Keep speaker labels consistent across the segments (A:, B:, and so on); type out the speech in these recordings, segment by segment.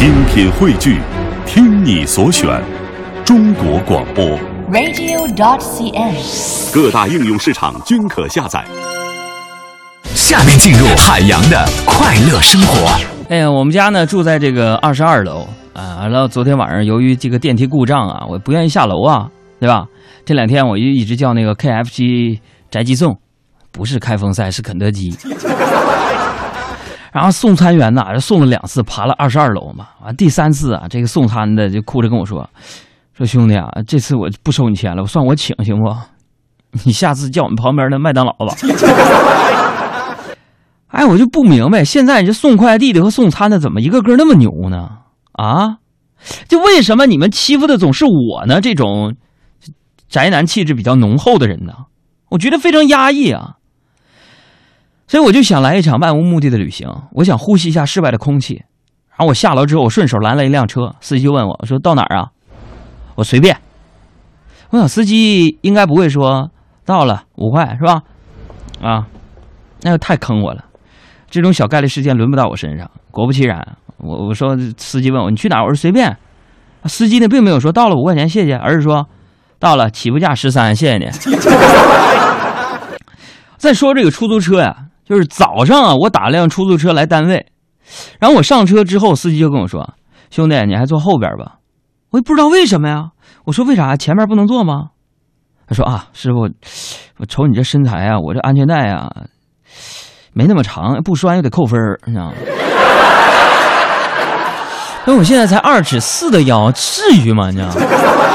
A: 精品汇聚，听你所选，中国广播
B: radio.cn，
A: 各大应用市场均可下载。
C: 下面进入海洋的快乐生活。
D: 哎呀，我们家呢住在这个22楼啊，完了昨天晚上由于这个电梯故障啊，我不愿意下楼啊，对吧？这2天我一直叫那个 KFC 宅急送，不是开封菜，是肯德基。然后送餐员呢，送了2次，爬了22楼嘛。完第3次啊，这个送餐的就哭着跟我说兄弟啊，这次我不收你钱了，算我请行不？你下次叫我们旁边的麦当劳吧。哎，我就不明白，现在这送快递的和送餐的怎么一个个那么牛呢？啊，就为什么你们欺负的总是我呢？这种宅男气质比较浓厚的人呢，我觉得非常压抑啊。所以我就想来一场漫无目的的旅行，我想呼吸一下室外的空气。然后我下楼之后，我顺手拦了一辆车，司机就问我说到哪儿啊？我随便。我想司机应该不会说到了5块是吧？啊，那就太坑我了。这种小概率事件轮不到我身上。果不其然，我说司机问我你去哪儿？我说随便。司机呢并没有说到了5块钱谢谢，而是说到了起步价13，谢谢你。再说这个出租车呀，就是早上啊，我打辆出租车来单位，然后我上车之后，司机就跟我说：“兄弟，你还坐后边吧？”我也不知道为什么呀。我说为啥？前面不能坐吗？他说啊，师傅，我瞅你这身材啊，我这安全带啊没那么长，不拴又得扣分，你知道吗？那我现在才2尺4的腰，至于吗？你知道吗？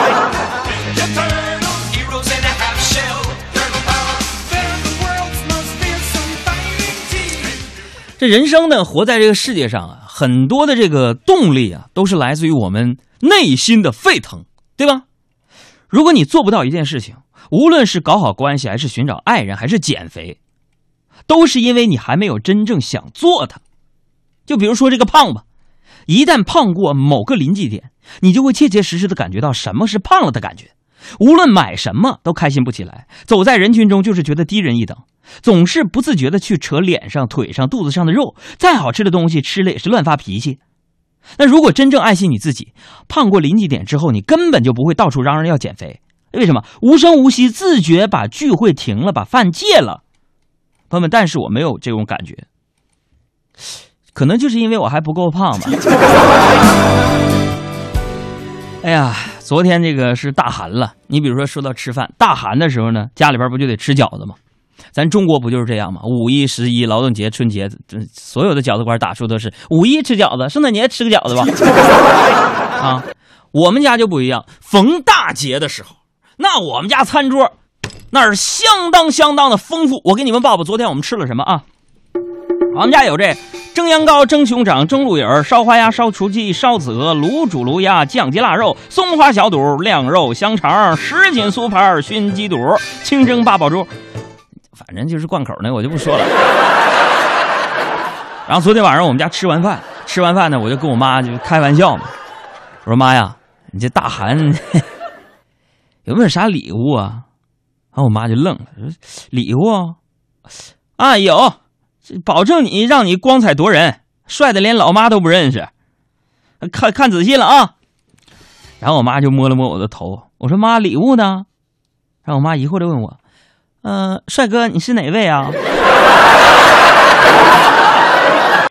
D: 这人生呢，活在这个世界上啊，很多的这个动力啊，都是来自于我们内心的沸腾，对吧？如果你做不到一件事情，无论是搞好关系，还是寻找爱人，还是减肥，都是因为你还没有真正想做它。就比如说这个胖吧，一旦胖过某个临界点，你就会切切实实的感觉到什么是胖了的感觉。无论买什么都开心不起来，走在人群中就是觉得低人一等，总是不自觉的去扯脸上、腿上、肚子上的肉，再好吃的东西吃了也是乱发脾气。那如果真正爱惜你自己，胖过临界点之后，你根本就不会到处嚷嚷要减肥。为什么？无声无息自觉把聚会停了，把饭戒了。朋友们，但是我没有这种感觉，可能就是因为我还不够胖吧。哎呀，昨天这个是大寒了，你比如说到吃饭，大寒的时候呢，家里边不就得吃饺子吗？咱中国不就是这样吗？5·1、11、劳动节、春节，所有的饺子馆打出都是5·1吃饺子，圣诞节吃个饺子吧。啊，我们家就不一样，逢大节的时候，那我们家餐桌那是相当的丰富。我给你们报报昨天我们吃了什么啊？我们家有这蒸羊羔、蒸熊掌、蒸鹿尾、烧花鸭、烧雏鸡、烧子鹅、卤煮卤鸭、酱鸡腊肉、松花小肚、晾肉香肠、什锦酥盘、熏鸡肚、清蒸八宝猪，反正就是贯口呢，我就不说了。然后昨天晚上我们家吃完饭呢，我就跟我妈就开玩笑嘛，我说妈呀，你这大寒有没有啥礼物啊？然后我妈就愣了，说礼物啊有，保证让你光彩夺人，帅的连老妈都不认识。看仔细了啊。然后我妈就摸了摸我的头，我说妈，礼物呢？然后我妈疑惑地问我，帅哥你是哪位啊？